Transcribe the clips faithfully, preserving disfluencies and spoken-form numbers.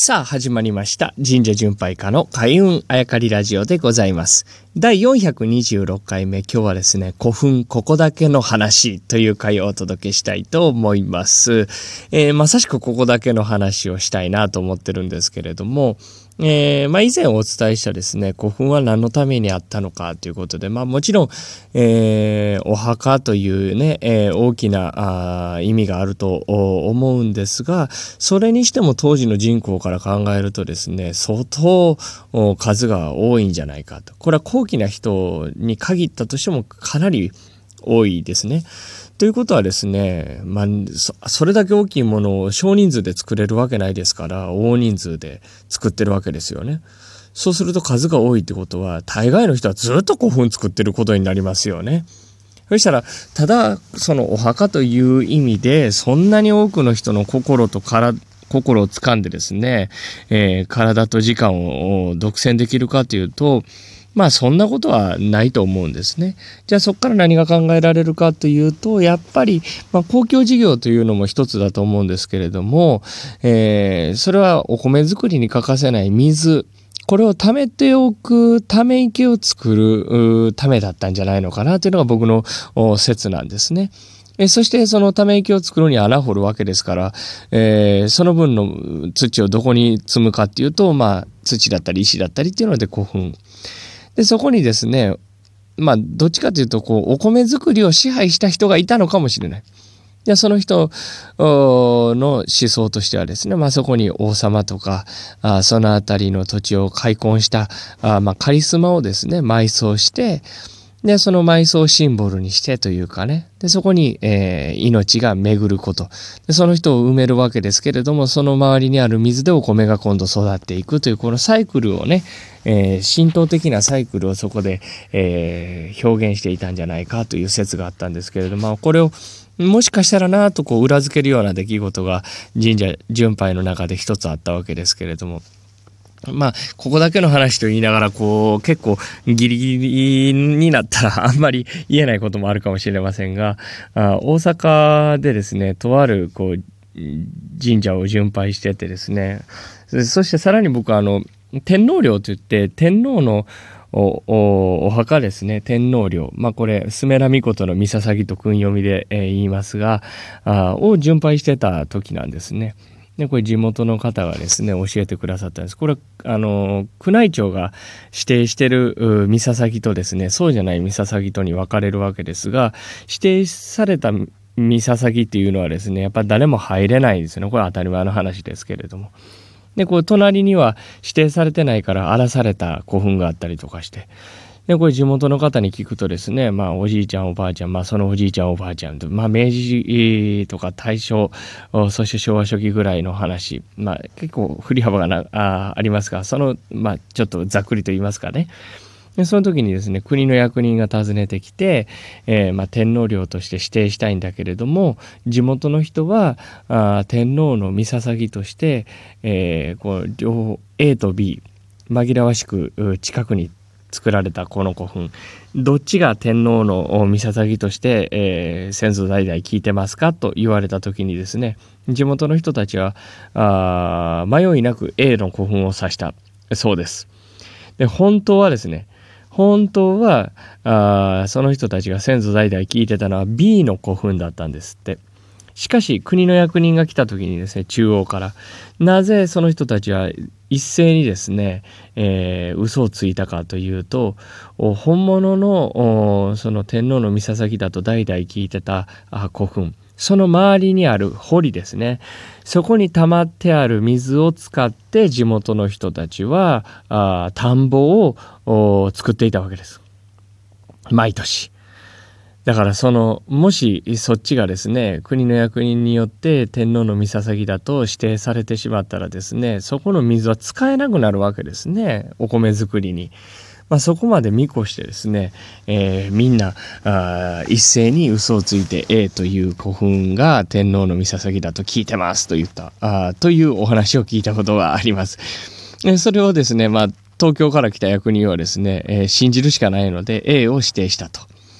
さあ始まりました神社巡拝家の開運あやかりラジオでございます。だいよんひゃくにじゅうろっかいめ、今日はですね、古墳ここだけの話という回をお届けしたいと思います。えー、まさしくここだけの話をしたいなと思ってるんですけれども、えー、まあ以前お伝えしたですね、古墳は何のためにあったのかということで、まあもちろん、えー、お墓というね、えー、大きなあ意味があると思うんですが、それにしても当時の人口から考えるとですね、相当数が多いんじゃないかと。これは高貴な人に限ったとしてもかなり多いですね。ということはですね、まあ、そ、それだけ大きいものを少人数で作れるわけないですから、大人数で作ってるわけですよね。そうすると数が多いってことは、大概の人はずっと古墳作ってることになりますよね。そしたら、ただ、そのお墓という意味で、そんなに多くの人の心と体、心を掴んでですね、えー、体と時間を独占できるかというと、まあそんなことはないと思うんですね。じゃあそこから何が考えられるかというと、やっぱり、まあ、公共事業というのも一つだと思うんですけれども、えー、それはお米作りに欠かせない水、これを貯めておくため池を作るためだったんじゃないのかなというのが僕の説なんですね。えそしてそのため池を作るには穴掘るわけですから、えー、その分の土をどこに積むかっていうと、まあ土だったり石だったりっていうので古墳。で、そこにですね、まあどっちかというとこうお米作りを支配した人がいたのかもしれない。でその人の思想としてはですね、まあそこに王様とか、あそのあたりの土地を開墾した、あまあカリスマをですね、埋葬して、で、その埋葬をシンボルにしてというかね。で、そこに、えー、命が巡ること。で、その人を埋めるわけですけれども、その周りにある水でお米が今度育っていくという、このサイクルをね、えー、神道的なサイクルをそこで、えー、表現していたんじゃないかという説があったんですけれども、これをもしかしたらなとこう裏付けるような出来事が神社巡拝の中で一つあったわけですけれども、まあ、ここだけの話と言いながら、こう、結構ギリギリになったらあんまり言えないこともあるかもしれませんが、あ大阪でですね、とある、こう、神社を巡拝しててですね、そしてさらに僕はあの、天皇陵といって、天皇のお, お, お墓ですね、天皇陵。まあこれ、スメラミコトのミササギと訓読みで、えー、言いますが、あを巡拝してた時なんですね。でこれ地元の方がですね教えてくださったんです。これあの宮内庁が指定してるミササギとですね、そうじゃないミササギとに分かれるわけですが、指定されたミササギっていうのはですね、やっぱり誰も入れないんですよね。これは当たり前の話ですけれども。でこう隣には指定されてないから荒らされた古墳があったりとかして。でこれ地元の方に聞くとですね、まあおじいちゃんおばあちゃん、まあそのおじいちゃんおばあちゃんと、まあ明治とか大正、そして昭和初期ぐらいの話、まあ結構振り幅がな あ, ありますが、そのまあちょっとざっくりと言いますかね。でその時にですね、国の役人が訪ねてきて、えー、まあ天皇陵として指定したいんだけれども、地元の人はあ天皇のミササギとして、えー、こう両方 A と B 紛らわしく近くに作られたこの古墳、どっちが天皇のミササギとして、えー、先祖代々聞いてますかと言われた時にですね、地元の人たちはあ迷いなく A の古墳を指したそうです。で本当はですね、本当はあその人たちが先祖代々聞いてたのは B の古墳だったんですって。しかし国の役人が来た時にですね、中央からなぜその人たちは一斉にですね、えー、嘘をついたかというと、本物のその天皇のミササギだと代々聞いてた古墳、その周りにある堀ですね、そこに溜まってある水を使って地元の人たちはあ田んぼを作っていたわけです、毎年。だからそのもしそっちがですね、国の役人によって天皇のミササギだと指定されてしまったらですね、そこの水は使えなくなるわけですね、お米作りに。まあ、そこまで見越してですね、えー、みんなあ一斉に嘘をついて A という古墳が天皇のミササギだと聞いてますと言ったあというお話を聞いたことがあります。えー、それをですね、まあ、東京から来た役人はですね、えー、信じるしかないので A を指定したと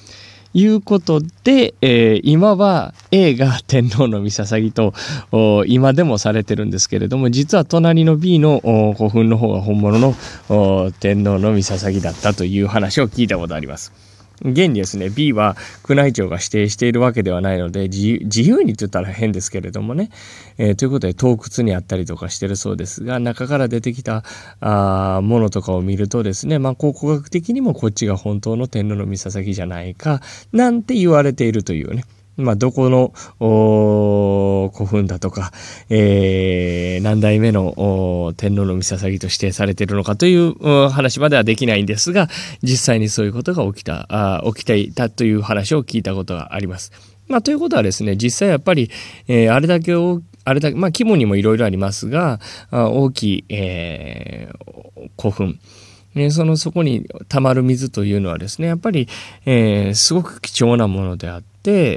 いうことで、えー、今は A が天皇の御捧ぎと今でもされてるんですけれども、実は隣の B の古墳の方が本物の天皇の御捧ぎだったという話を聞いたことあります。現にですね、 B は宮内庁が指定しているわけではないので、自, 自由にって言ったら変ですけれどもね、えー、ということで盗掘にあったりとかしてるそうですが、中から出てきたあものとかを見るとですね、まあ考古学的にもこっちが本当の天皇の御捧ぎじゃないかなんて言われているというね、まあ、どこの古墳だとか、えー、何代目の天皇の御捧ぎと指定されているのかという話まではできないんですが、実際にそういうことが起きた、あ起きていたという話を聞いたことがあります。まあ、ということはですね、実際やっぱり、えー、あれだけをあれだけ、まあ、規模にもいろいろありますが、大きい、えー、古墳、えー、そのそこに溜まる水というのはですね、やっぱり、えー、すごく貴重なものであって、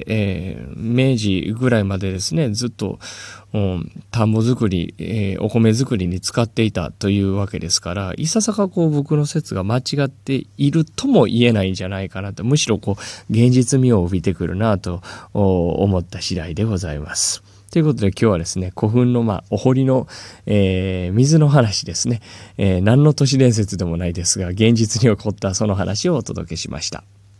えー、明治ぐらいまでですね、ずっと、うん、田んぼ作り、えー、お米作りに使っていたというわけですから、いささかこう僕の説が間違っているとも言えないんじゃないかなと、むしろこう現実味を帯びてくるなと思った次第でございます。ということで今日はですね、古墳のまあお堀の、えー、水の話ですね、えー、何の都市伝説でもないですが現実に起こったその話をお届けしました。